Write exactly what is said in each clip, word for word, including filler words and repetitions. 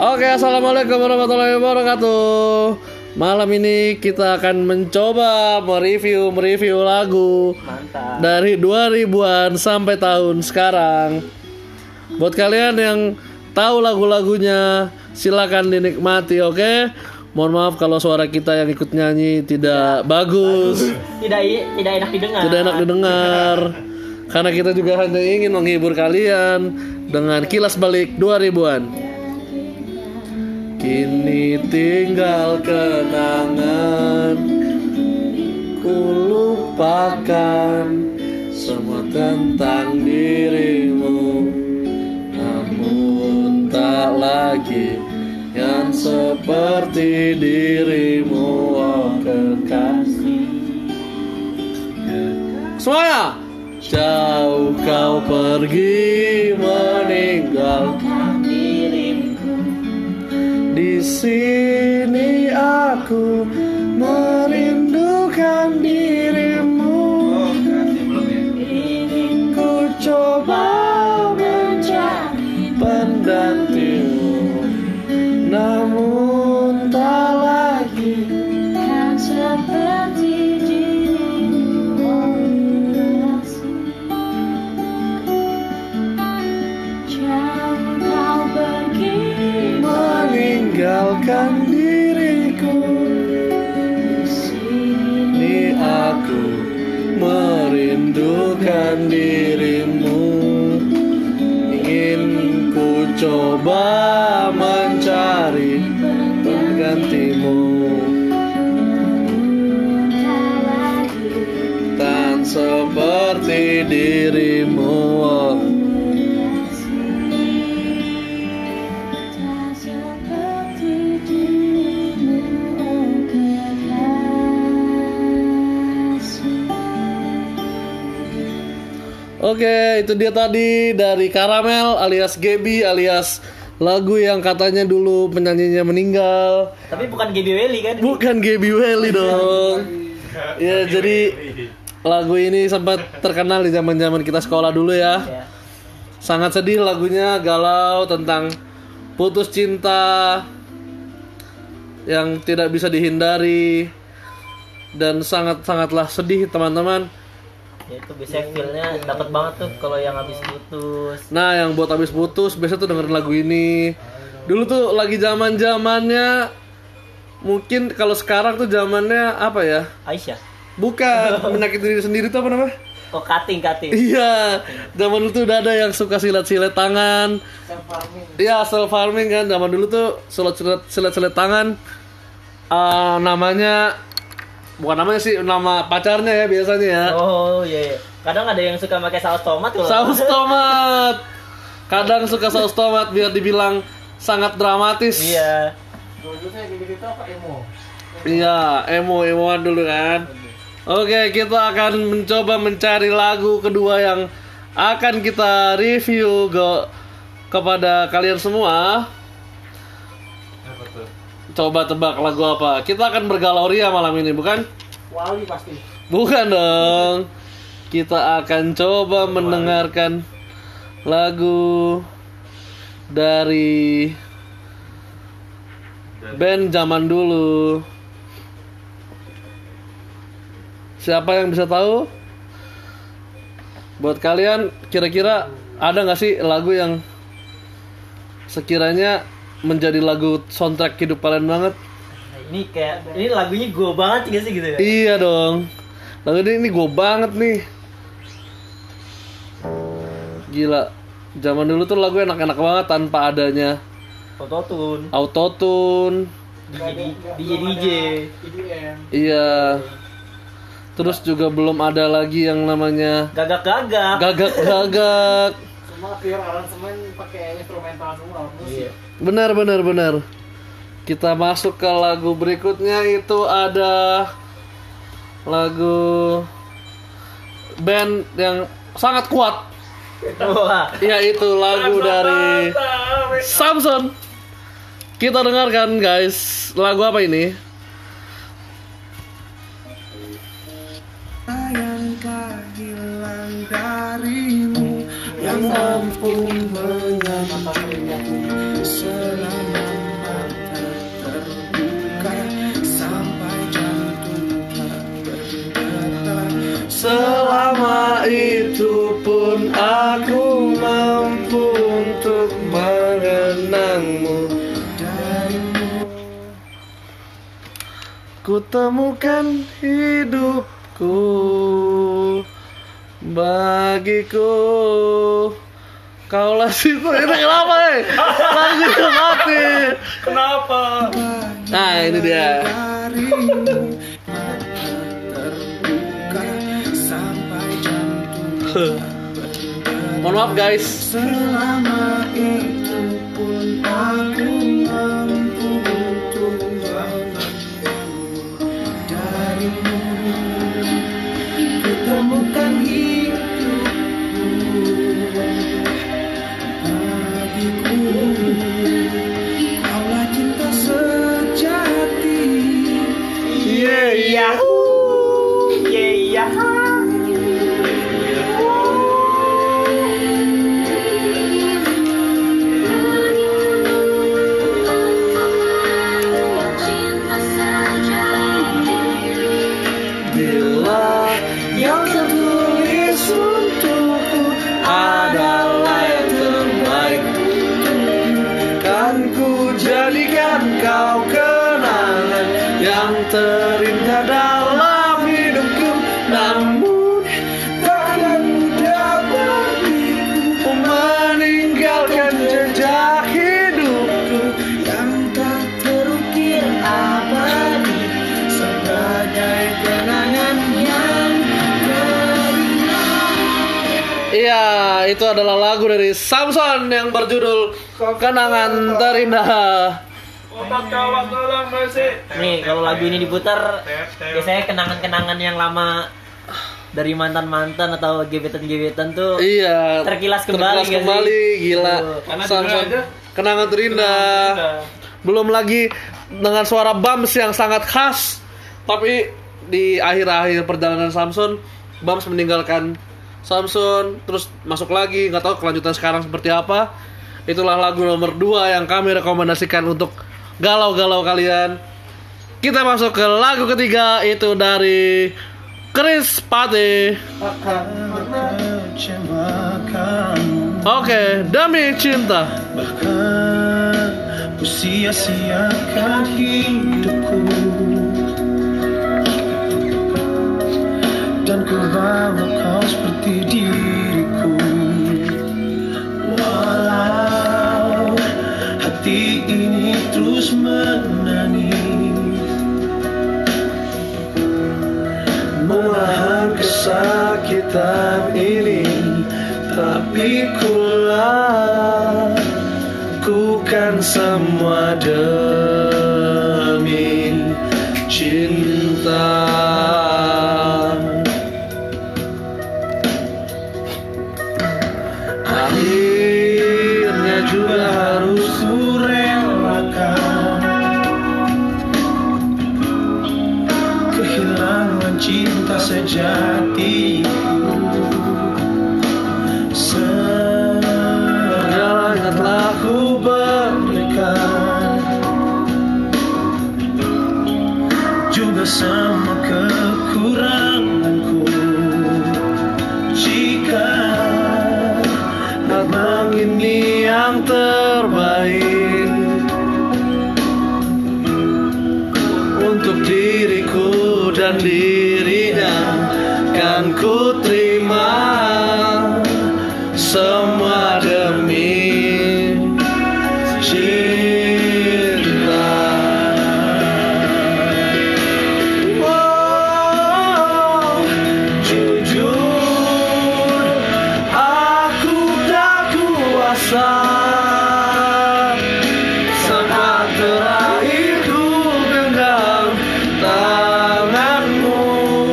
Oke, assalamualaikum warahmatullahi wabarakatuh. Malam ini kita akan mencoba mereview mereview lagu. Mantap. Dari dua ribuan sampai tahun sekarang. Buat kalian yang tahu lagu-lagunya, silakan dinikmati, oke? Mohon maaf kalau suara kita yang ikut nyanyi tidak ya, bagus. Tidak tidak enak didengar. Tidak enak didengar. Karena kita juga hanya ingin menghibur kalian dengan kilas balik dua ribuan. Kini tinggal kenangan, ku lupakan semua tentang dirimu. Namun tak lagi yang seperti dirimu, oh kekasih. Semuanya, jauh kau pergi meninggalkan dirimu. Di sini aku merindukan dirimu. Ingin ku coba mencari penggantimu, namun tak lagi kan seperti dirimu. Jauh kau pergi meninggalkan diriku. Di sini aku merindukan dirimu. Ingin ku coba mencari penggantimu, tak seperti dirimu. Oke, itu dia tadi dari Karamel alias Gaby alias lagu yang katanya dulu penyanyinya meninggal. Tapi bukan Gaby Welly kan? Bukan Gaby Welly dong. Ya, jadi lagu ini sempat terkenal di zaman-zaman kita sekolah dulu ya. Sangat sedih lagunya, galau tentang putus cinta yang tidak bisa dihindari dan sangat-sangatlah sedih teman-teman. Ya itu biasanya feel-nya dapat banget tuh kalau yang habis putus. Nah, yang buat habis putus biasa tuh dengerin lagu ini. Dulu tuh lagi zaman-zamannya, mungkin kalau sekarang tuh zamannya apa ya? Aisyah. Bukan, menyakiti diri sendiri tuh apa namanya? Oh, cutting, cutting. Iya, zaman dulu tuh udah ada yang suka silet-silet tangan. Iya, self farming kan. Zaman dulu tuh silet-silet silet-silet tangan. Uh, namanya bukan namanya sih, nama pacarnya ya biasanya ya. Oh iya, iya. Kadang ada yang suka pakai saus tomat loh. Saus tomat. Kadang suka saus tomat biar dibilang sangat dramatis. Iya. Dulu saya gitu apa emo? Iya, emo-emoan dulu kan. Oke, kita akan mencoba mencari lagu kedua yang akan kita review go kepada kalian semua. Coba tebak lagu apa? Kita akan bergalau ria malam ini, bukan? Wali pasti. Bukan dong. Kita akan coba mendengarkan lagu dari band zaman dulu. Siapa yang bisa tahu? Buat kalian, kira-kira ada nggak sih lagu yang sekiranya menjadi lagu soundtrack hidup kalian banget? Ini kayak ini lagunya gue banget gak sih gitu ya? Iya dong. Lagu ini ini gue banget nih. Gila. Zaman dulu tuh lagu enak-enak banget tanpa adanya Autotune. Autotune. D J D J. D J. Iya. Terus juga belum ada lagi yang namanya gagak-gagak. Gagak-gagak. Semua pure aransemen pakai instrumental semua musik. Iya. Benar benar benar. Kita masuk ke lagu berikutnya, itu ada lagu band yang sangat kuat. Wah. Yaitu lagu dari Samson. Kita dengarkan guys. Lagu apa ini? Sayangkah hilang darimu yang mampu menyambutmu selama kenang-kenangmu. Ku temukan hidupku bagiku. Kaulah situ. Itu kenapa eh? Lagu itu mati. Kenapa? Nah ini dia. Mohon maaf guys. Selama itu pun aku mampu untuk darimu. Kutemukan hidupku bagiku. Kaulah cinta sejati. Yeah, yeah. Iya iya. Bila yang tertulis untukku adalah yang terbaik, kan ku jadikan kau kenangan yang terindah dalam hidupku. Namun takkan mudah bagiku meninggalkan jejak hidupku Yang tak terukir abadi sebagai kenangan yang terindah. Iya, itu adalah lagu dari Samson yang berjudul Kenangan Terindah. Otak kawan tolong masih. Nih kalau lagu ini diputar biasanya kenangan-kenangan yang lama dari mantan-mantan atau gebetan-gebetan tuh Iya, terkilas kembali, terkilas gak sih? kembali, gila. Tuh. Karena Samson, judul aja Kenangan Terindah. Belum lagi dengan suara Bams yang sangat khas. Tapi di akhir-akhir perjalanan Samson, Bams meninggalkan Samson, terus masuk lagi, nggak tahu kelanjutan sekarang seperti apa. Itulah lagu nomor dua yang kami rekomendasikan untuk galau-galau kalian. Kita masuk ke lagu ketiga, itu dari Chris Pate. Oke, Demi Cinta. Bahkan ku sia-siakan hidupku dan ku bawa kau seperti diriku. Walau hati ini terus menangis, menahan kesakitan ini, tapi ku lakukan semua demi cinta. Akhirnya juga harus ku relakan kehilangan cinta sejati. Segala yang telah ku berikan, juga sama kekuranganku. Jika abang ini yang terbaik untuk diriku dan dirinya, kan ku terima semua demi cinta. Oh, jujur aku tak kuasa, saat terakhir ku genggam tanganmu.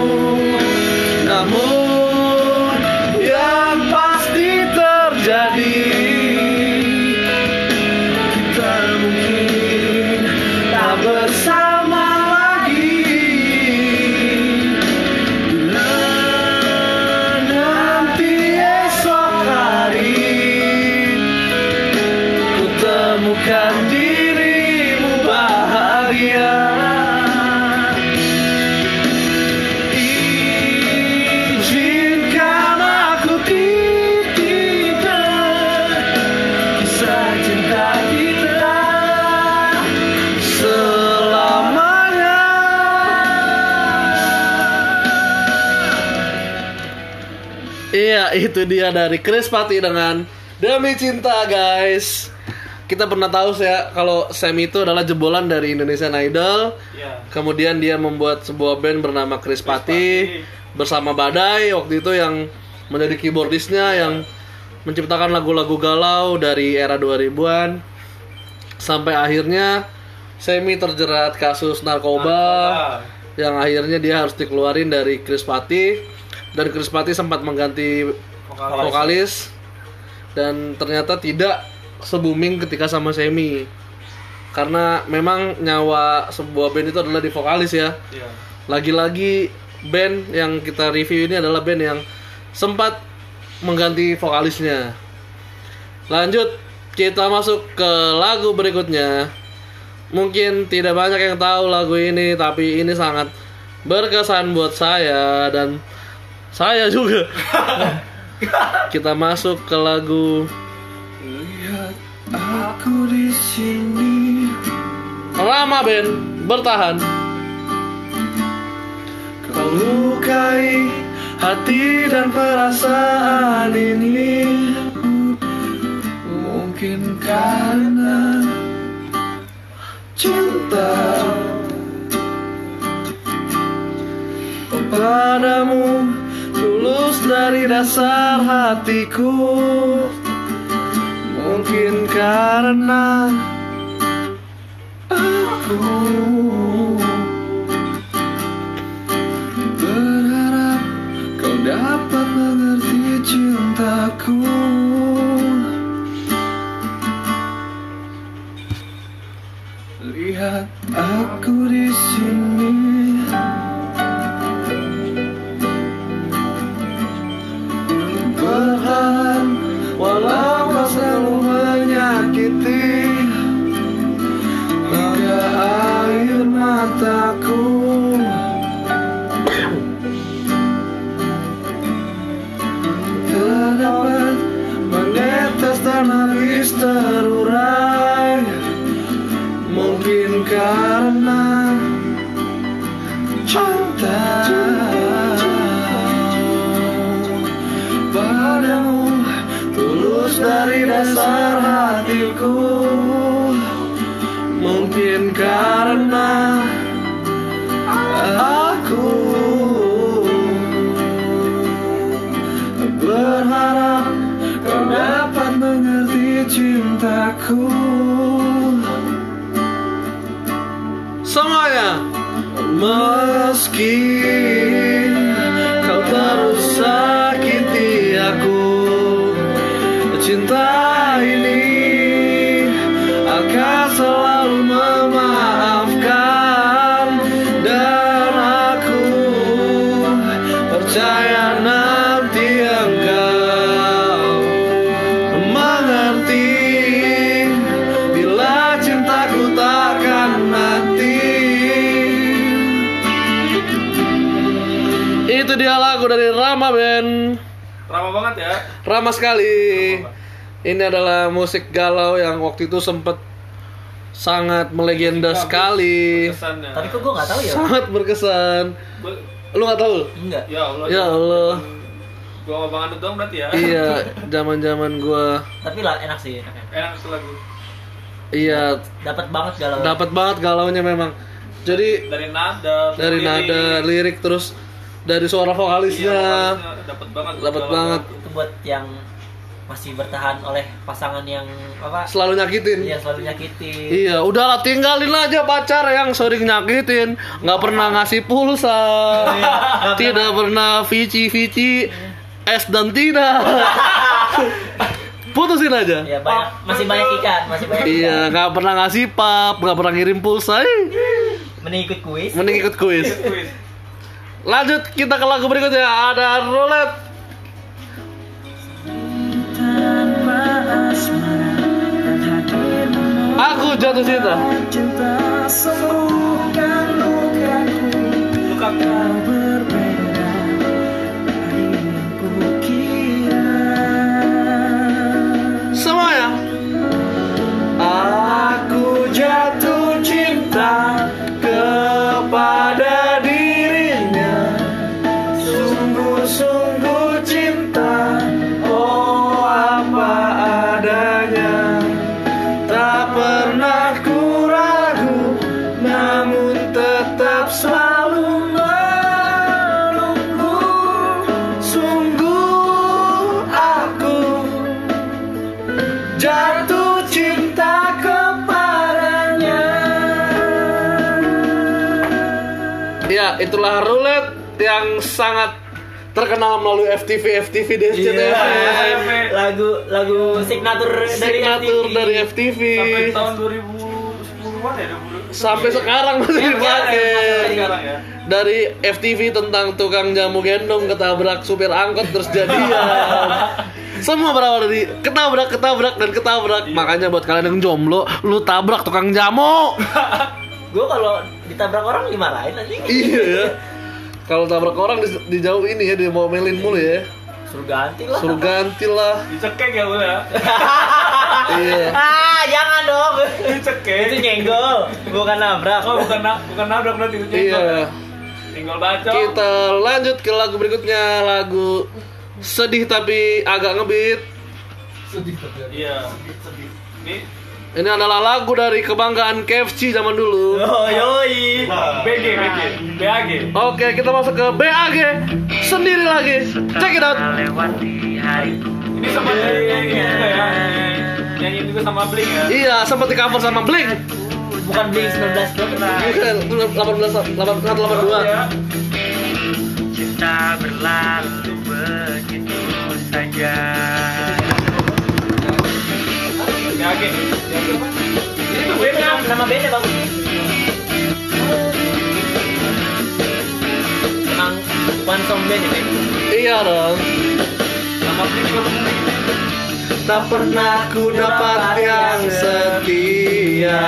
Namun yang pasti terjadi, kita mungkin tak bersama lagi. Bila nanti esok hari ku temukan dirimu bahagia, izinkan aku titipkan kisah cinta cinta kita selamanya. Iya, itu dia dari Krispatih dengan Demi Cinta, guys. Kita pernah tahu ya kalau Sam itu adalah jebolan dari Indonesian Idol. Iya. Kemudian dia membuat sebuah band bernama Krispatih bersama Badai waktu itu yang menjadi keyboardisnya yang menciptakan lagu-lagu galau dari era dua ribuan sampai akhirnya Semi terjerat kasus narkoba, Narkoba. yang akhirnya dia harus dikeluarin dari Krispatih dan Krispatih sempat mengganti Vokalis. vokalis dan ternyata tidak se-booming ketika sama Semi karena memang nyawa sebuah band itu adalah di vokalis ya. Iya. Lagi-lagi band yang kita review ini adalah band yang sempat mengganti vokalisnya. Lanjut, kita masuk ke lagu berikutnya. Mungkin tidak banyak yang tahu lagu ini, tapi ini sangat berkesan buat saya dan saya juga. Kita masuk ke lagu Lihat aku di sini, Rama Band, Bertahan. kau lukai hati dan perasaan ini. Mungkin karena cinta padamu tulus dari dasar hatiku. Mungkin karena aku berharap kau dapat mengerti cintaku. Lihat aku di sini, bertahan walau kau selalu menyakiti. Hingga air mataku tak dapat menetes dan habis terurai. Mungkin karena cinta padamu tulus dari dasar hatiku. Mungkin karena aku berharap kau dapat mengerti cintaku. Semuanya. Meski kau terus sakiti aku, cinta ini akan selalu memaafkan. Dan aku percaya nanti engkau mengerti bila cintaku takkan mati. Itu dia lagu dari Rama Band. Ramah banget ya. Ramah sekali. Ini adalah musik galau yang waktu itu sempat sangat melegenda Bagus, sekali. berkesan ya. Tapi kok gue nggak tahu ya. Sangat berkesan. Be- Lu nggak tahu? Enggak. Ya Allah. Ya Allah. Gua sama Bang Andut dong berarti ya. Iya, zaman-zaman gua. Tapi lah enak sih. Enak. Enak tuh lagu. Iya, Dapat banget galau. dapat banget galaunya memang. Jadi Dari nada, dari lirik. nada, lirik terus dari suara Iya, vokalisnya. vokalisnya dapat banget. Dapat Galau banget. banget. Itu buat yang masih bertahan oleh pasangan yang apa? Selalu nyakitin. Iya, selalu nyakitin. Iya, udahlah tinggalin aja pacar yang sering nyakitin, nggak pernah ngasih pulsa, tidak pernah vici-vici, es dan tidak. Putusin aja. Iya, banyak masih banyak ikan, masih banyak Iya, ikan. nggak pernah ngasih pap, nggak pernah ngirim pulsa. eh. Mending ikut kuis. Mending ikut kuis. Kuis. Lanjut kita ke lagu berikutnya, ada Roulette. Aku jatuh cinta. Cinta sembuhkan lukaku, Luka kau berbeda dari yang kukira. Semuanya. Tak pernah ku ragu, namun tetap selalu menunggu. Sungguh aku jatuh cinta kepadanya. Ya, itulah Roulette yang sangat terkenal melalui F T V F T V D S C T V. Iya, lagu lagu signatur dari Signatur F T V. dari F T V. Sampai tahun dua ribu sepuluhan ya, dua ribu sepuluh. Sampai sekarang masih Iya, dipakai. Sekarang ya. Dari F T V tentang tukang jamu gendong ketabrak supir angkot terus jadian. Semua berawal dari ketabrak, ketabrak dan ketabrak. Makanya buat kalian yang jomblo, lu tabrak tukang jamu. Gue kalau ditabrak orang dimarahin anjing. Iya ya. Kalau tabrak orang di, dijauh ini ya, diomelin mulu ya. Suruh ganti lah. Suruh ganti lah. Dicekek ya boleh ya. Iya. Ah, jangan dong. Dicekek. Itu nyenggol, bukan nabrak. Oh, bukan na- bukan nabrak berarti itu nyenggol. Iya. Tinggal baca. Kita lanjut ke lagu berikutnya, lagu sedih tapi agak ngebeat. Iya. Ini Ini adalah lagu dari kebanggaan K F C zaman dulu. Oh, yoi. B G B G B A G. Oke, kita masuk ke B A G sendiri lagi. Check it out. Ini sama nyanyi juga ya. Nyanyi juga sama Blink ya. Iya, sempat di cover sama Blink. Bukan Blink sembilan belas dong. Bukan, itu delapan belas delapan belas delapan dua. Ya. Cinta berlalu begitu saja. B A G. Ini tuh beda. Nama, nama bandnya bagus. Emang bukan song band ya, Ben? Iya dong. Sama Blink juga. Tak pernah ku dapat yang setia,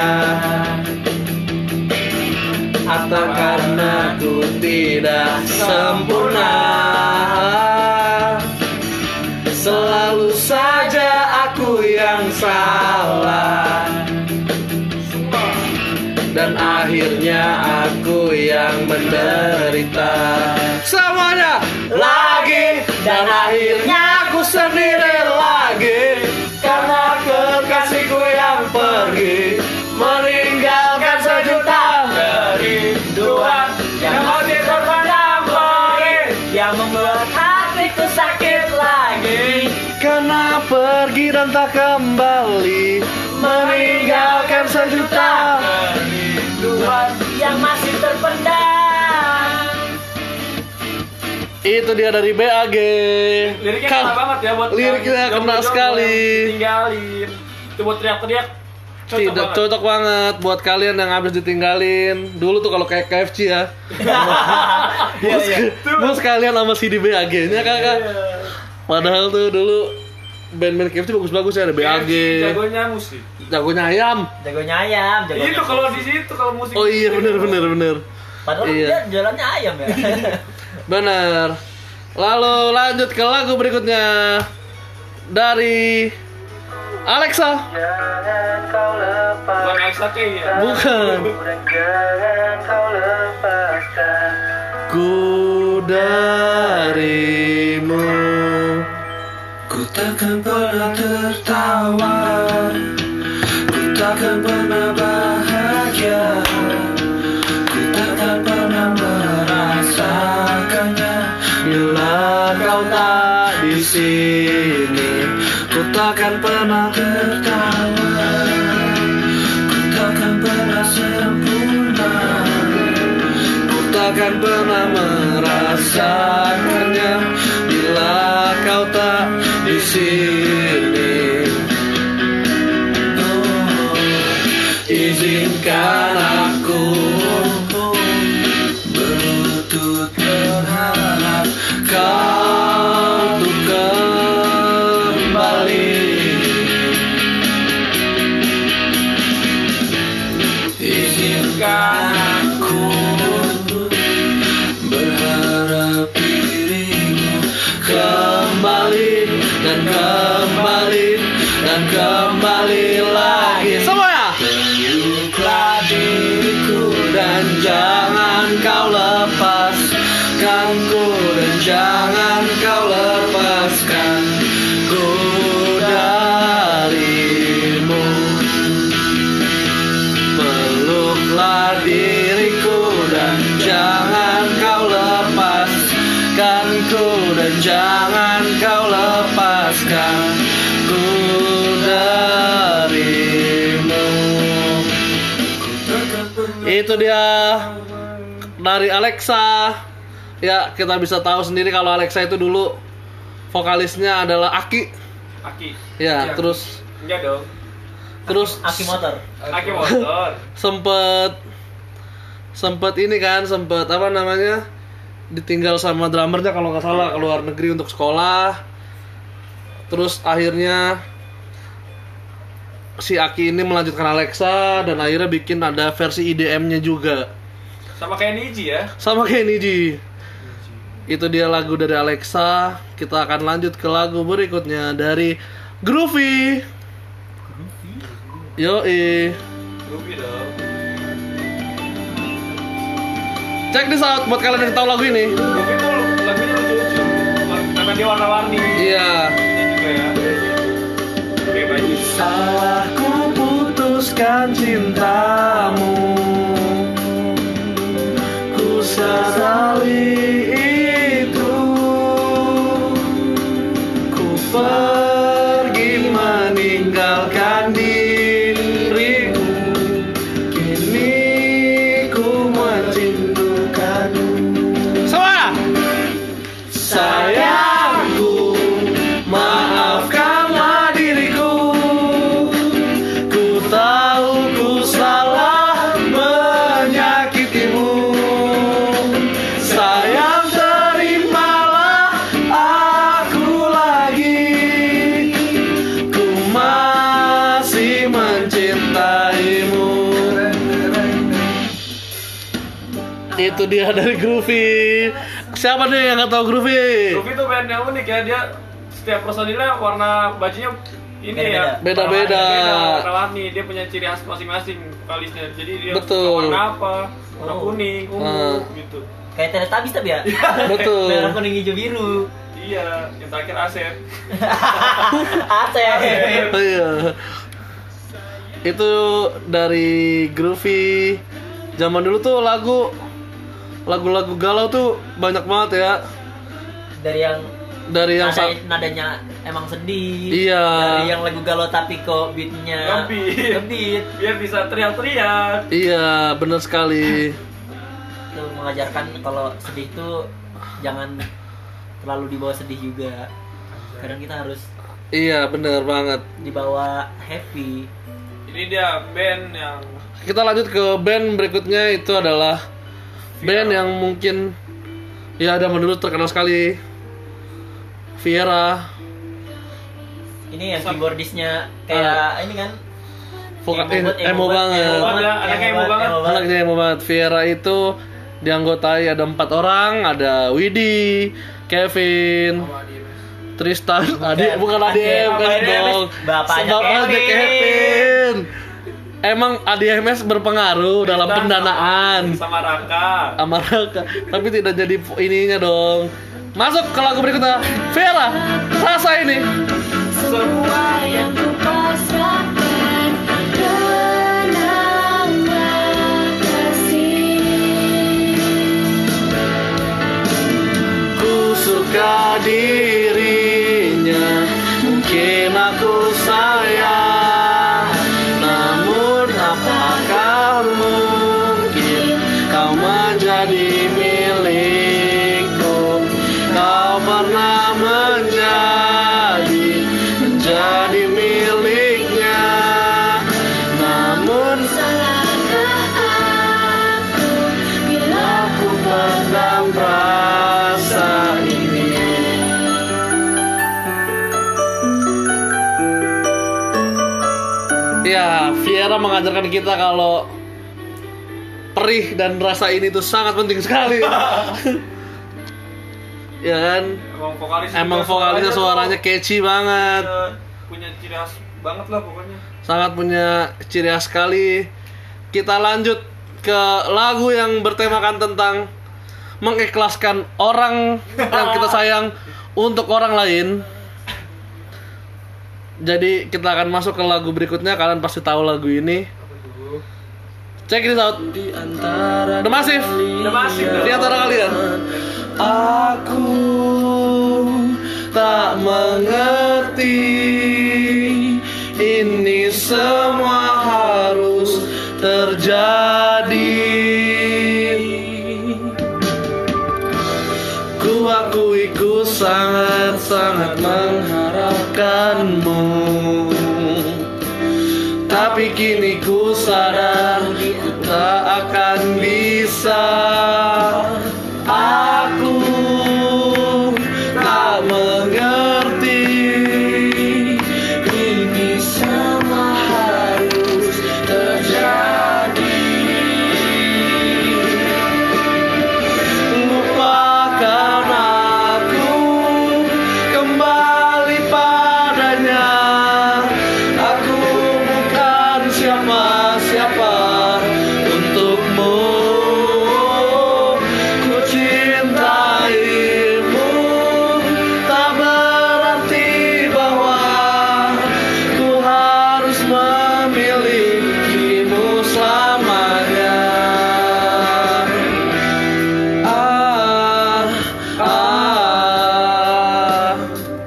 atau karena ku tidak sempurna. Selalu saja aku yang salah, dan akhirnya aku yang menderita. Semuanya lagi, dan akhirnya aku sendiri lagi, karena kekasihku yang pergi meninggalkan sejuta kerinduan yang masih terpendam perih, Yang membuat hatiku sakit lagi. karena pergi dan tak kembali meninggalkan sejuta Kerinduan yang masih terpendam. Itu dia dari B A G. Liriknya Kal- kena banget ya buat liriknya yang kena jomblo-jomblo sekali. yang Tinggalin. Itu buat teriak-teriak. Cocok Tidak banget. cocok banget buat kalian yang habis ditinggalin. Dulu tuh kalau kayak K F C ya. Iya, iya. Bos kalian sama C D B A G-nya kakak. Padahal tuh dulu band-band K F C bagus-bagus ya, ada B A G. Jagonya musik. Jagonya ayam. Jagonya ayam, jagonya. Itu kalau di situ kalau musik. Oh iya bener bener bener. Padahal Iya. dia jalannya ayam ya. Bener. Lalu lanjut ke lagu berikutnya dari Alexa. Bukan Aisyah Kay ya. Bukan. Ku darimu, Ku takkan pernah tertawa, ku takkan pernah bahagia, ku takkan pernah merasakannya. bila kau tak di sini, ku takkan pernah Tertawa, ku takkan pernah sempurna, ku takkan pernah merasakannya bila kau tak di sini. oh, Izinkan aku berlutut berharap kau untuk kembali. Izinkan aku berharap dirimu Kembali dan kembali dan kembali lagi. Semuanya. Peluklah diriku dan Peluklah diriku dan jangan kau lepaskanku, dan jangan kau lepaskan ku darimu. Itu dia dari Alexa. Ya, kita bisa tahu sendiri kalau Alexa itu dulu vokalisnya adalah Aki. Aki. Ya, Aki. terus Enggak dong. terus Aki motor. Aki motor. sempet sempet ini kan, sempet apa namanya, ditinggal sama drummernya kalau nggak salah ke luar negeri untuk sekolah. Terus akhirnya si Aki ini melanjutkan Alexa dan akhirnya bikin ada versi E D M-nya juga. Sama kayak Niji ya. Sama kayak Niji. Itu dia lagu dari Alexa. Kita akan lanjut ke lagu berikutnya dari Groovy. Yoi. Groovy dong. Check this out buat kalian yang tahu lagu ini. Groovy tuh lagunya lucu-lucu. Karena dia warna-warni. Iya. Ini juga ya. Kayak baju. Salah ku putuskan cintamu, ku sesali itu. Ku pergi meninggalkan diriku, kini ku mencintukanmu. Semua sayangku, maafkanlah diriku. Ku tahu ku salah menyakitimu. Sayang, terimalah aku lagi. Ku masih mencintaimu. Itu dia dari Groovy. Siapa nih yang nggak tahu Groovy? Groovy tuh band yang unik ya, dia setiap personilnya warna bajunya ini ya Beda-beda. warna-warni, dia punya ciri khas masing-masing vokalisnya. Jadi dia Betul. warna apa? Warna Oh. kuning, ungu Ah. gitu. Kayak Teletubbies tapi ya. Betul. Merah kuning hijau biru. Iya, yang terakhir Asep. Asep. Oh iya. Itu dari Groovy. Zaman dulu tuh lagu lagu-lagu galau tuh banyak banget ya. Dari yang Dari yang nada, sa- nadanya emang sedih. Iya. Dari yang lagu galau tapi kok beatnya Ngebeat. ngebeat. Biar bisa teriak-teriak. Iya, bener sekali. Itu mengajarkan kalau sedih tuh jangan terlalu dibawa sedih juga. Kadang kita harus Iya, bener banget. dibawa happy. Ini dia band yang Kita lanjut ke band berikutnya, itu adalah band yang mungkin ya zaman dulu terkenal sekali, Viera. Ini yang keyboardisnya kayak ini kan Vokal emo banget, emo, emo banget. emo banget. Anaknya emo banget. Anaknya emo banget. Viera itu dianggotai ada empat orang, ada Widi, Kevin, Tristan, Adi, bukan Adi M kan dong. Bapaknya Bapaknya Kevin. Kevin. Emang A D M S berpengaruh dalam Tristan pendanaan sama Raka. sama Raka, tapi tidak jadi ininya dong. Masuk ke lagu berikutnya, Viera, rasa ini. Semua yang ku pasrahkan, tenanglah kasih. Ku suka dirinya, mungkin aku sayang, namun apakah mungkin kau menjadi milikku? Kau pernah menjadi menjadi miliknya, namun Salahkah aku bila aku pendam rasa ini. Ya, Viera mengajarkan kita kalau perih dan rasa ini tuh sangat penting sekali. Ya kan? emang vokalis Emang juga vokalisnya tuh suaranya catchy banget. punya, punya ciri khas banget lah pokoknya. Sangat punya ciri khas sekali. Kita lanjut ke lagu yang bertemakan tentang mengikhlaskan orang yang kita sayang untuk orang lain. Jadi kita akan masuk ke lagu berikutnya. Kalian pasti tahu lagu ini. Check this out. Di antara The Massive. The Massive. Di antara kalian. Aku tak mengerti, ini semua harus terjadi. Ku akui ku sangat-sangat mengharapkanmu, tapi kini ku sadar ku tak akan bisa. Aku tak mengerti, ini semua harus terjadi. Lupakan aku, kembali padanya. Aku bukan siapa-siapa untukmu. Ku cintaimu, tak berarti bahwa ku harus memilikimu selamanya. Ah, ah.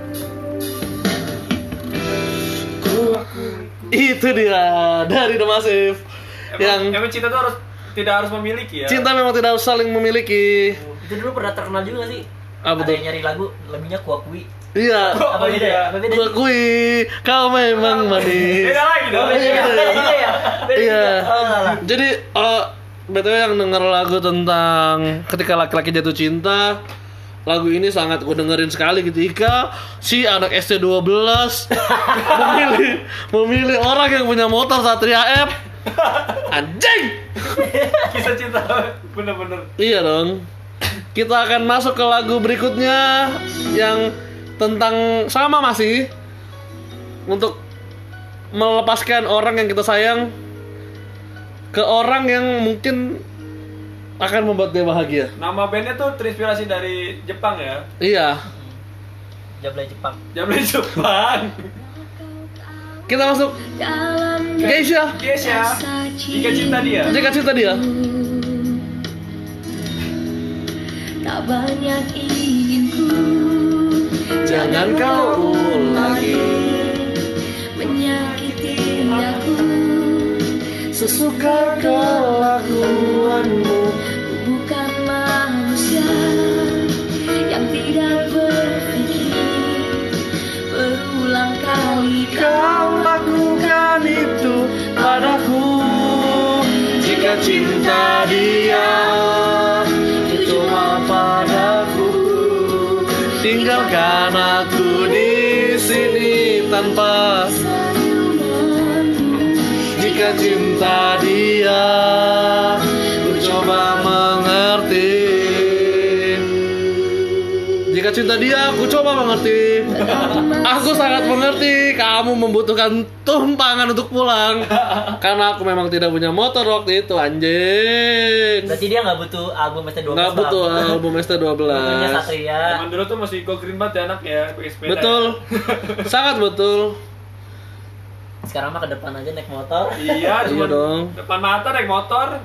Ku- Itu dia dari The Massive. Emang, Yang emang cinta tuh harus tidak harus memiliki ya. cinta memang tidak harus saling memiliki. Itu dulu pernah terkenal juga sih. Apa Ada tuh? yang nyari lagu lebihnya kuakui. Iya. Apa Oh, beda iya. ya? Apa beda Ku sih? akui kau memang manis. Beda lagi dong. Oh, beda ya? Beda juga ya? Beda Iya. juga. Oh, salah. Jadi uh, B T W yang denger lagu tentang ketika laki-laki jatuh cinta, lagu ini sangat gue dengerin sekali ketika si anak S T dua belas memilih memilih orang yang punya motor Satria F. Anjing. Kisah cinta bener-bener. Iya dong. Kita akan masuk ke lagu berikutnya yang tentang sama masih untuk melepaskan orang yang kita sayang ke orang yang mungkin akan membuat dia bahagia. Nama bandnya tuh terinspirasi dari Jepang ya. Iya. Jablay Jepang. Jablay Jepang. Kita masuk Geisha. Geisha. Jika cinta dia. Jika cinta dia. Tak banyak inginku, Jangan kau ulangi menyakiti aku. sesuka kelakuanmu. Ku bukan manusia yang tidak berpikir berulang kali Kau lakukan itu padaku. Jika cinta dia cuma padaku, tinggalkan aku di sini tanpa. Jika cinta dia, ku coba mengerti. Jika cinta dia, aku coba mengerti. Aku sangat mengerti kamu membutuhkan tumpangan untuk pulang. Karena aku memang tidak punya motor waktu itu, anjing. Berarti dia nggak butuh album S T dua belas. Nggak butuh album S T dua Butuhnya belas. Satria. Zaman dulu tuh masih go green banget ya anak ya, pakai sepeda. Betul. Sangat betul. Sekarang mah ke depan aja naik motor. Iya, cuma Iya dong. depan mata naik motor.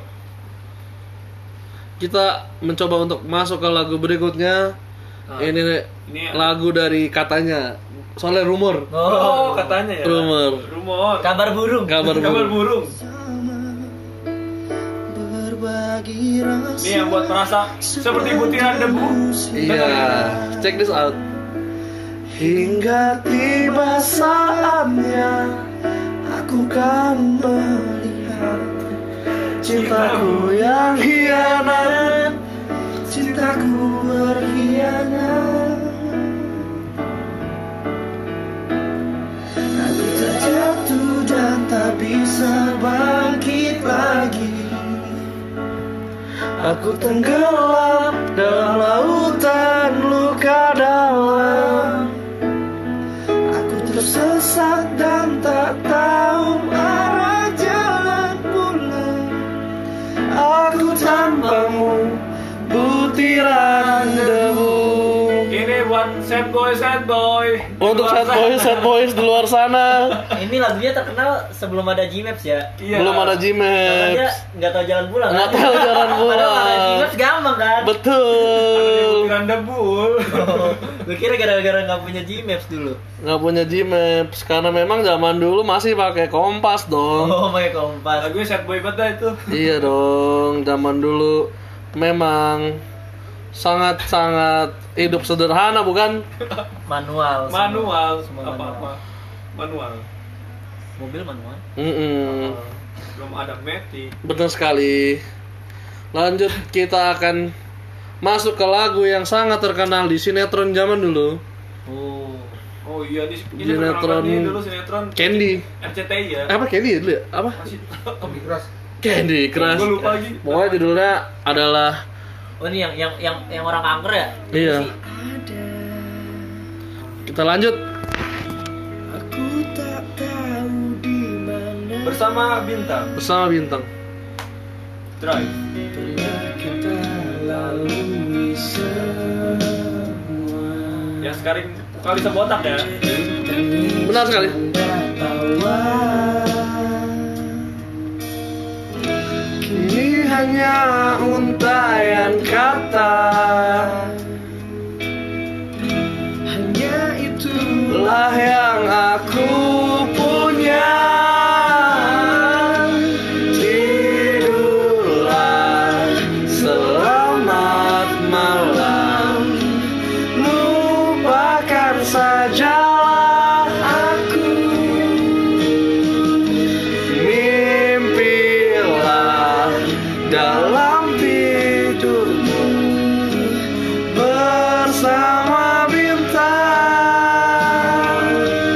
Kita mencoba untuk masuk ke lagu berikutnya. Nah, Ini ini lagu dari katanya. Soalnya rumor. Oh, katanya ya. Rumor. Rumor. Kabar burung. Kabar Kabar burung. burung. Ini yang buat merasa seperti butiran debu. Iya, check this out. Hingga tiba saatnya aku kan melihat cintaku yang hianat, cintaku berkhianat. Aku terjatuh dan tak bisa bangkit lagi. Aku tenggelam dalam lautan luka dalam. Aku tersesat dan tak tahu arah jalan pulang. Aku tanpamu butiran debu. Ini buat sad boy, sad boy. Untuk sad boys, sad boys di luar sana. Ini lagunya terkenal sebelum ada G-Maps ya. Iya. Belum ada Karena dia G-Maps. nggak tahu jalan pulang. Nggak kan? tahu jalan pulang. Padahal ada G-Maps gampang kan. Betul. Bukan debul. Gue kira gara-gara nggak punya G-Maps dulu. Nggak punya G-Maps karena memang zaman dulu masih pakai kompas dong. Oh, pakai kompas. Lagunya sad boy banget dah itu. Iya dong, zaman dulu memang sangat-sangat hidup sederhana bukan? Manual. semua. Manual, Semua apa-apa. Manual. Mobil manual. Mm-mm. Belum ada matic. Betul sekali. Lanjut kita akan masuk ke lagu yang sangat terkenal di sinetron zaman dulu. Oh. Oh iya, ini ini Sinetron terkenal dulu sinetron Candy. R C T I ya. Eh, apa Candy ya dulu ya? Apa? Masih Kopi keras. Candy Crush. Gue lupa lagi. Pokoknya judulnya adalah Oh ini yang yang yang yang orang kanker ya? Iya. Si- Kita lanjut. Bersama Bintang. Bersama Bintang. Drive. Yang sekarang kali sebotak ya. Benar sekali. Kini hanya untayan kata, hanya itulah yang aku punya. Tidurlah, selamat malam, lupakan sajalah aku. Mimpilah dalam tidurmu bersama bintang.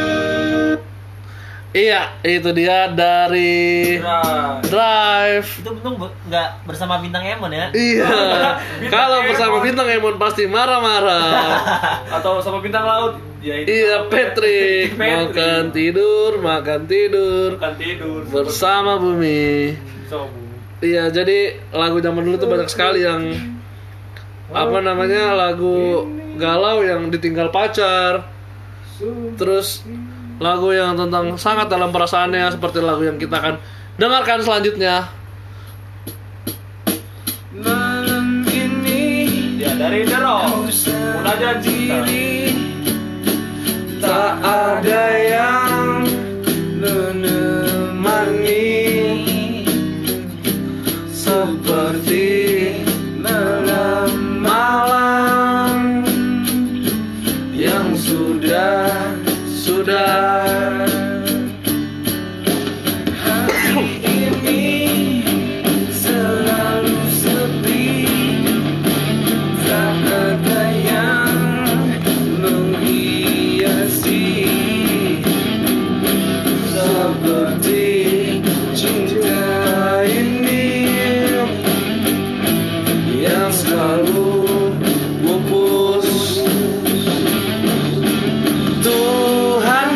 Iya, itu dia dari Drive. Drive. Itu untung bu- nggak bersama bintang Emon ya? Iya. Kalau bersama bintang Emon pasti marah-marah. Atau sama bintang laut. Ya ini. Iya, Patrick. Patrick. Makan tidur, makan tidur Bukan tidur. bersama bumi. Sobu. Iya, jadi lagu zaman dulu tuh banyak sekali yang apa namanya lagu galau yang ditinggal pacar. Terus lagu yang tentang sangat dalam perasaannya seperti lagu yang kita akan dengarkan selanjutnya. Ya dari The Rock. Munajat cinta. Tak ada yang menemani seperti malam yang sudah sudah selalu sepi, tak ada yang menghiasi seperti cinta ini yang selalu pupus. Tuhan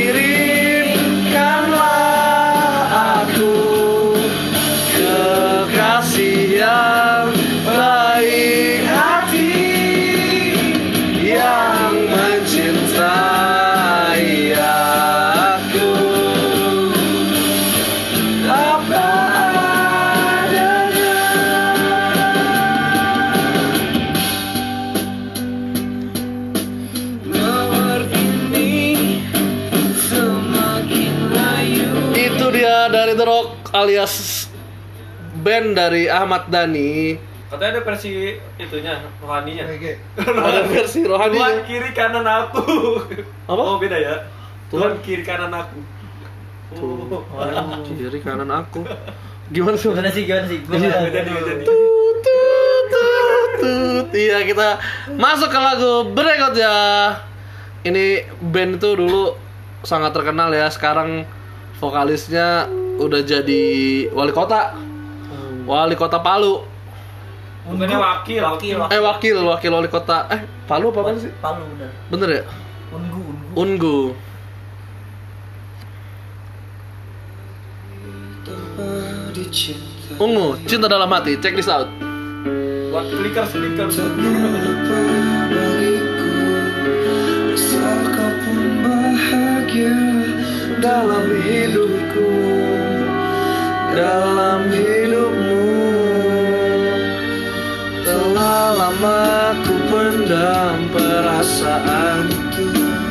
kirimkanlah aku kekasih yang baik hati yang mencintai aku apa adanya. Mawar ini semakin layu. Itu dia dari The Rock alias band dari Ahmad Dhani. Katanya ada versi itunya, rohaninya. Ada versi Tuhan rohani. kiri kanan aku. Apa? Oh beda ya. Tuhan- Tuhan kiri kanan aku. Oh. Kiri kanan aku. Gimana sih? Gimana sih gimana sih? Gua Iya. nggak tahu. Beda nih, beda nih. Tut, tut, tut, tut. Iya, kita masuk ke lagu berikutnya. Ini band itu dulu sangat terkenal ya. Sekarang vokalisnya udah jadi wali kota. Wali kota Palu. Bukannya wakil. Wakil, Eh wakil, wakil wali kota. Eh Palu apa apaan sih? Palu bener. Bener ya? Ungu, ungu. Ungu. Ungu, cinta dalam hati. Check this out. Buat flicker flicker. bahagia dalam hidupku, dalam hidupmu. Telah lama ku pendam perasaanku,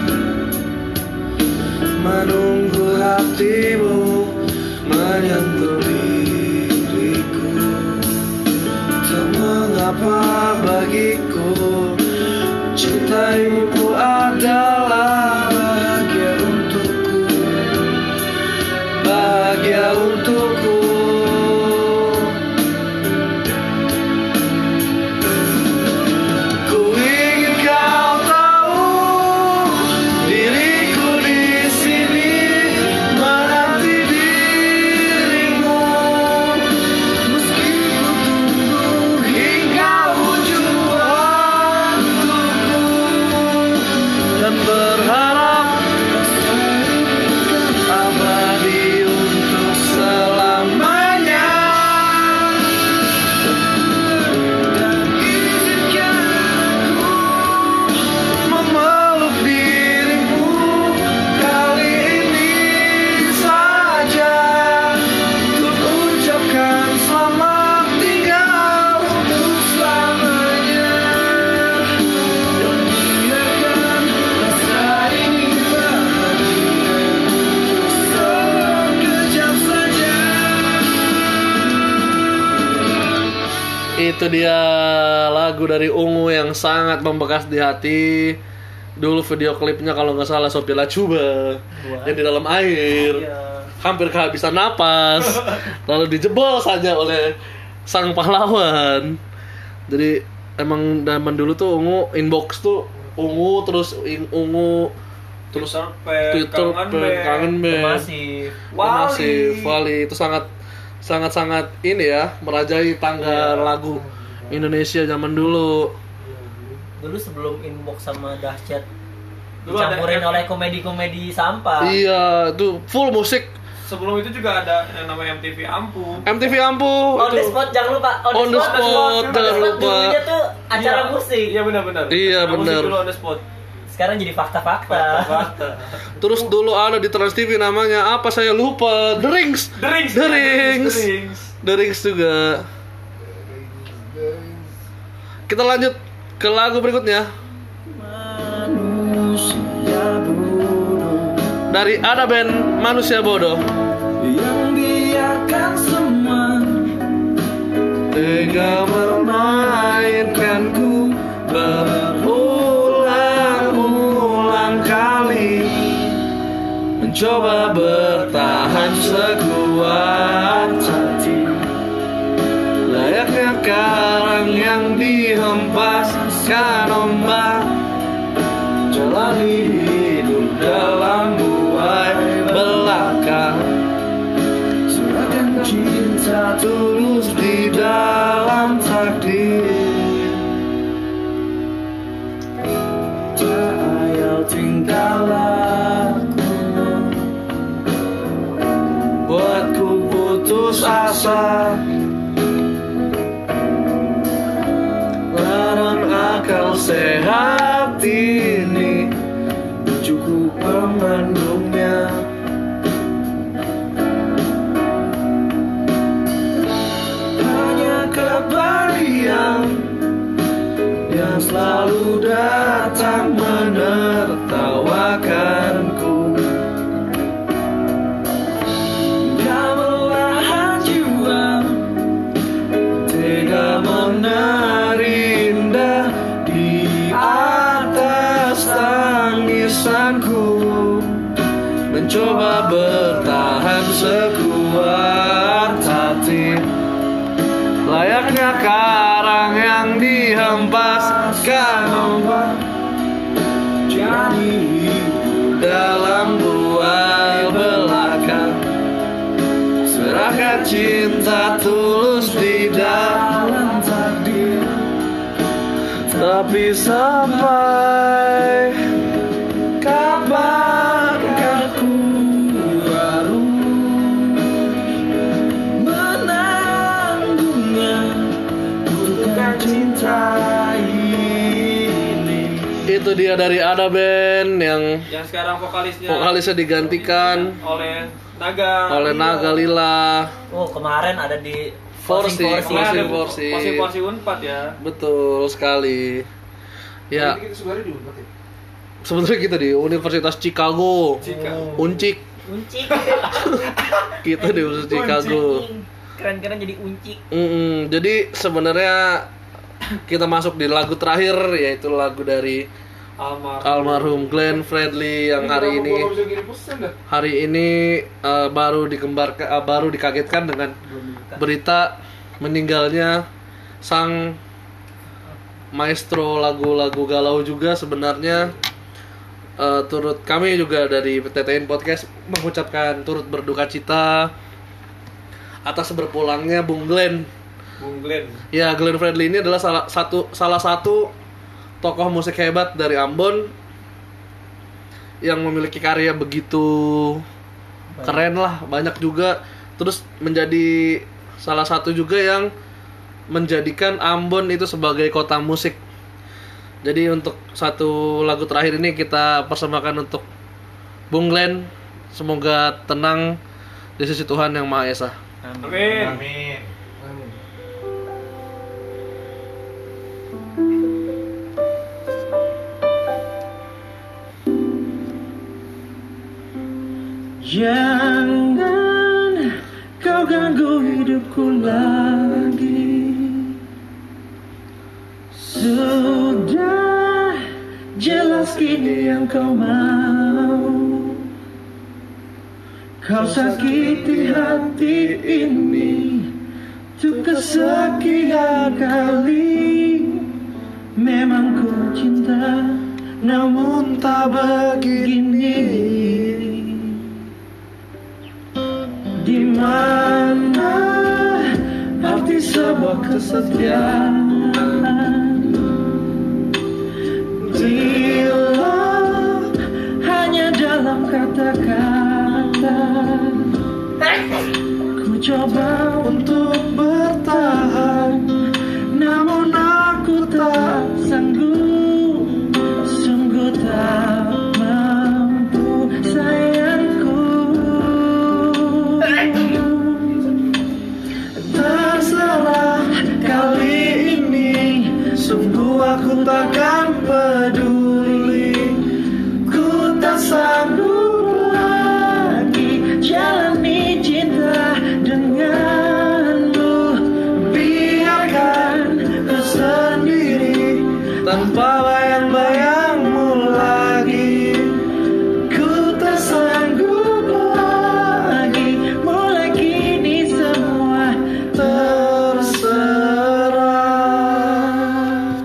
menunggu hatimu menyentuh diriku. Tak mengapa bagiku, cintaimu adalah bahagia untukku, bahagia untukku. Ku ingin kau tahu, diriku di sini menanti dirimu, meski ku tunggu hingga ujung waktuku, dan berharap abadi untuk selamanya. Dan izinkan aku memeluk dirimu kali ini saja, untuk ucapkan selamat tinggal untuk selamanya. Dan biarkan rasa ini sekejap saja. Itu dia lagu dari Ungu yang sangat membekas di hati. Dulu video klipnya kalau nggak salah Sophia Lachuba yang di dalam air, hampir kehabisan napas, lalu dijebol saja oleh sang pahlawan. Jadi emang zaman dulu tuh Ungu inbox tuh Ungu terus in- Ungu terus Twitter Kangen Band, Band, Kangen Band, Masih Masih Wali itu sangat sangat sangat ini ya merajai tangga lagu Indonesia zaman dulu. dulu sebelum inbox sama dahsyat Dulu ada dicampurin M- oleh komedi-komedi sampah. Iya, itu full musik. Sebelum itu juga ada yang namanya M T V Ampu. M T V Ampu On the itu. spot jangan lupa. On the spot, On the jangan spot lupa. dulunya tuh acara Iya. musik. Iya benar-benar. Iya, Acara musik benar. dulu on the spot. Sekarang jadi fakta-fakta. Fakta. Terus dulu ada di Trans T V namanya apa saya lupa, The Rings. The Rings. The Rings. The Rings. The Rings juga. Kita lanjut ke lagu berikutnya Manusia bodoh dari Ada Band Manusia Bodoh. yang biarkan semua Tega memainkanku berulang-ulang kali, mencoba bertahan sekuat hati, layaknya karang yang dihempaskan ombak, jalani hidup dalam buai belaka, serahkan cinta tulus di dalam takdir. tak ayal tingkah lakumu, Buatku putus asa, larang akal sehat ini cukup memandungnya. Hanya keberanian yang selalu datang menertawakanku, yang melahan jiwa, tega menerindah di atas tangisanku, mencoba bertahan sekuat hati, layaknya karang yang dihempaskan ombak, jadi dalam buai belaka, serahkan cinta tulus di dalam takdir. Tapi sampai kapankah ku menanggungnya, bukan cinta ini. Itu dia dari Ada Band yang Yang sekarang vokalisnya vokalisnya digantikan oleh Naga. oleh Naga Lila. Oh, kemarin ada di Forsi, Forsi. Kemarin ada Porsi, porsi. porsi-porsi Unpad ya. Betul sekali. Ya, Kita sebenarnya diunggah ya. sebenarnya kita di Universitas Chicago. Jika Uncik. Uncik. Kita di Universitas Chicago. Keren-keren jadi uncik. Mm-mm, jadi sebenarnya kita masuk di lagu terakhir, yaitu lagu dari Almar. almarhum Glenn Fredly yang hari ini hari ini uh, baru dikembarkan uh, baru dikagetkan dengan berita meninggalnya sang maestro lagu-lagu galau juga. Sebenarnya uh, turut kami juga dari T T N Podcast mengucapkan turut berduka cita atas berpulangnya Bung Glenn. Bung Glenn. Ya, Glenn Fredly ini adalah salah satu salah satu tokoh musik hebat dari Ambon yang memiliki karya begitu keren lah, banyak juga. Terus menjadi salah satu juga yang menjadikan Ambon itu sebagai kota musik. Jadi untuk satu lagu terakhir ini kita persembahkan untuk Bung Glenn. Semoga tenang di sisi Tuhan Yang Maha Esa. Amin. Amin. Jangan kau ganggu hidupku lagi. Sudah jelas kini yang kau mau. Kau sakiti hati ini untuk kesekian kali. Memang ku cinta, namun tak begini. Di mana arti sebuah kesetiaan? Bila hanya dalam kata-kata. Ku coba untuk bertahan, namun aku tak sanggup, sungguh tak mampu sayangku. Terserah kali ini, sungguh aku takkan peduli. Ku tak sanggup lagi jalani cinta denganmu. Biarkan ku sendiri tanpa bayang-bayangmu lagi. Ku tak sanggup lagi, mulai kini semua terserah.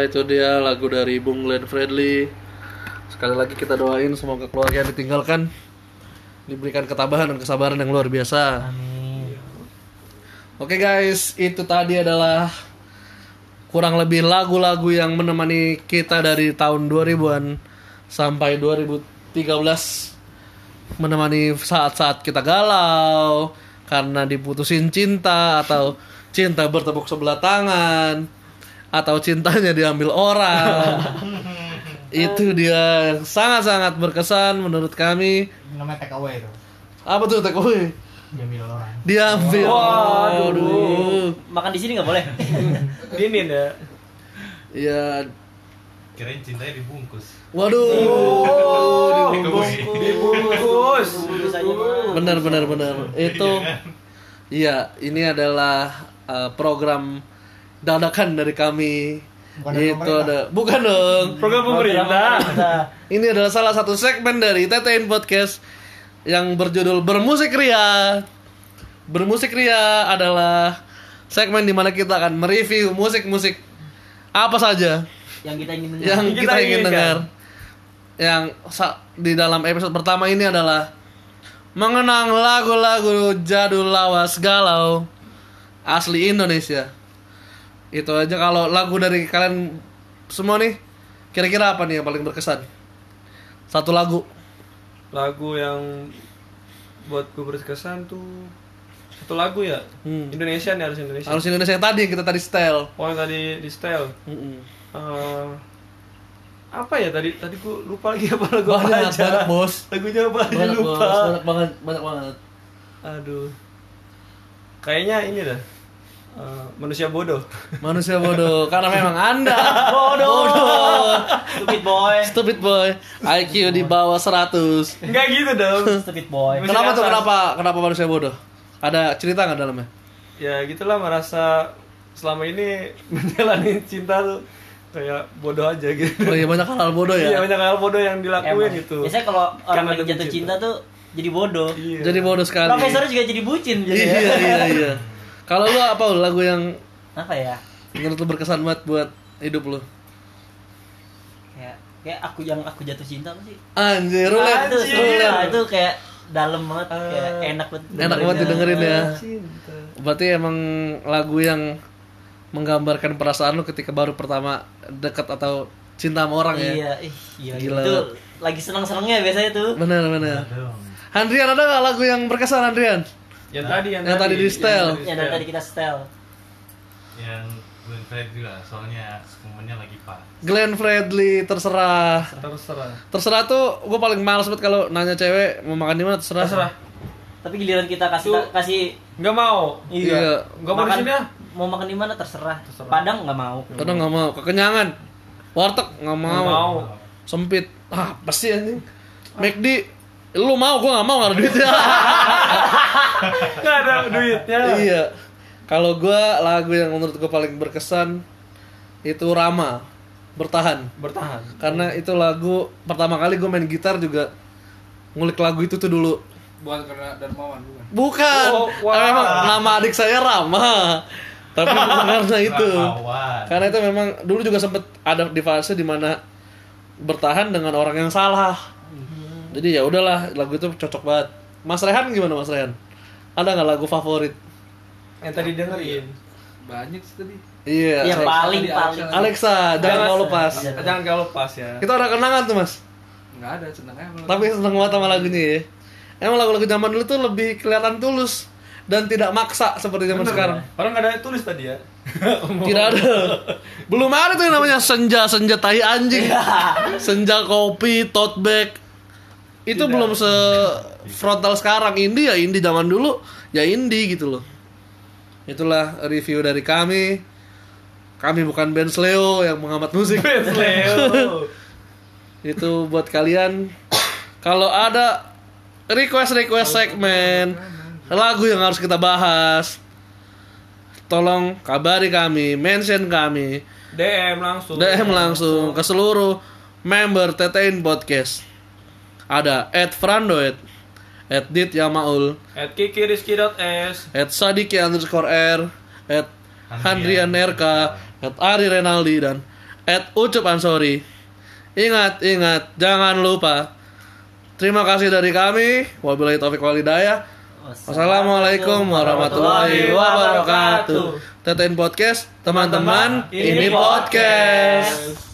itu dia lagu dari Bung Glenn Fredly. Sekali lagi kita doain semoga keluarga yang ditinggalkan diberikan ketabahan dan kesabaran yang luar biasa. Amin. Oke guys, itu tadi adalah kurang lebih lagu-lagu yang menemani kita dari tahun dua ribuan sampai dua ribu tiga belas. Menemani saat-saat kita galau karena diputusin cinta, atau cinta bertepuk sebelah tangan, atau cintanya diambil orang. Itu dia yang sangat-sangat berkesan menurut kami. Namanya take away itu. Apa tuh take away? Diambil orang. Diambil. Waduh. Makan di sini nggak boleh. Dinin ya. Ya. Kirain cintanya dibungkus. Waduh. Dibungkus. Bungkus aja mah. Benar benar benar. Itu iya, ini adalah uh, program dadakan dari kami. Bukan dari Itu pemerintah. ada bukan dong. Program pemerintah. Ini adalah salah satu segmen dari T T N Podcast yang berjudul Bermusik Ria. Bermusik Ria adalah segmen di mana kita akan mereview musik-musik apa saja Yang kita ingin dengar. yang Yang kita, kita ingin inginkan. dengar. Yang sa- di dalam episode pertama ini adalah mengenang lagu-lagu jadul lawas galau asli Indonesia. Itu aja. Kalau lagu dari kalian semua nih, kira-kira apa nih yang paling berkesan? Satu lagu. Lagu yang buat gue berkesan tuh satu lagu ya. Hmm. Indonesia nih, harus Indonesia. Harus Indonesia yang tadi yang kita tadi style. Oh, yang tadi di style. Mm-mm. Eh, apa ya tadi? Tadi gue lupa lagi apa lagu apa Banyak, aja. banyak, bos. Lagunya apa aja Banyak, lupa. bos. banyak banget, banyak banget. Aduh. Kayaknya ini dah. Eh, manusia bodoh. Manusia bodoh karena memang Anda bodoh. Stupid boy. Stupid boy. I Q di bawah seratus. Enggak gitu dong. Stupid boy. Musik Kenapa tuh? atas. Kenapa? Kenapa manusia bodoh? Ada cerita nggak dalamnya? Ya gitulah, merasa selama ini menjalani cinta tuh kayak bodoh aja gitu. Oh iya, banyak hal bodoh Iya, ya. banyak hal bodoh yang dilakuin Emang. gitu. Biasanya kalau orang Karena lagi demi jatuh cinta. cinta tuh jadi bodoh. Iya. Jadi bodoh sekali. Profesor juga jadi bucin jadi Iya ya. iya iya. Kalau lu apa Ul? Lagu yang Apa ya? menurut lu berkesan banget buat hidup lu? Kayak kayak aku yang aku jatuh cinta apa sih? Anjir, roulette. Itu Anjir. sumpah, itu kayak dalam banget, kayak Ah. enak banget. Enak banget didengerin ya. Cinta. Berarti emang lagu yang menggambarkan perasaan lu ketika baru pertama deket atau cinta sama orang ya. Iya, ih, gila, Gila. Itu lagi senang-senangnya biasanya tuh. Benar benar. Handrian, ada nggak lagu yang berkesan Handrian? Yang tadi yang, Yang tadi di style. yang Ya, dan tadi kita setel. Yang Glenn Fredly lah, soalnya momennya lagi pas. Glenn Fredly, terserah. terserah. Terserah tuh gue paling males banget kalau nanya cewek mau makan di mana, terserah. Terserah. Tapi giliran kita kasih Tuh. kasih Enggak mau. Iya. Enggak mau di makan, sini ya. mau makan di mana terserah. Terserah. Padang nggak mau. Kadang nggak mau, kekenyangan. Warteg nggak mau. Nggak mau. Sempit. Ah, apa sih anjing? McD, lu mau, gue nggak mau, nggak ada duitnya. Enggak ada duitnya. Iya. Kalau gue lagu yang menurut gue paling berkesan itu Rama, Bertahan. Bertahan. Karena itu lagu pertama kali gue main gitar juga ngulik lagu itu tuh dulu. Bukan karena Darmawan bukan. Bukan. Oh, wow. Memang nama adik saya Rama. Tapi bukan karena itu. Ramawan. Karena itu memang dulu juga sempet ada di fase dimana bertahan dengan orang yang salah. Jadi ya udahlah, lagu itu cocok banget. Mas Rehan gimana Mas Rehan? Ada nggak lagu favorit? Yang tadi dengerin. Banyak sih tadi. Iya. Yang saya- paling Alexa. paling. Alexa, jangan mau lepas. Iya. Jangan kau lepas ya. Kita ada kenangan tuh Mas. Enggak ada senangnya malah. Tapi seneng banget sama lagunya ya. Emang lagu-lagu zaman dulu tuh lebih kelihatan tulus dan tidak maksa seperti zaman sekarang. Orang nggak ada tulis tadi ya. Tidak ada. Belum ada tuh yang namanya senja, senja tai anjing. Senja kopi, tote bag. Itu Tidak. belum se frontal sekarang. Indie ya indie, zaman dulu ya indie gitu loh. Itulah review dari kami. Kami bukan band Sleo yang menghambat musik. Leo. Itu buat kalian. Kalau ada request-request segmen lagu yang harus kita bahas, tolong kabari kami, mention kami, D M langsung. D M langsung ke seluruh member T T N Podcast. Ada at Frandoet, at Dit Yamaul, At kiki rizky dot s. at Sadiki underscore R, at Handrian R K, at Ari Renaldi, dan at ucup ansori. Ingat, ingat, jangan lupa. Terima kasih dari kami. Wabillahi taufiq wal hidayah. Wassalamualaikum warahmatullahi wabarakatuh. Tetein Podcast, teman-teman, ini podcast.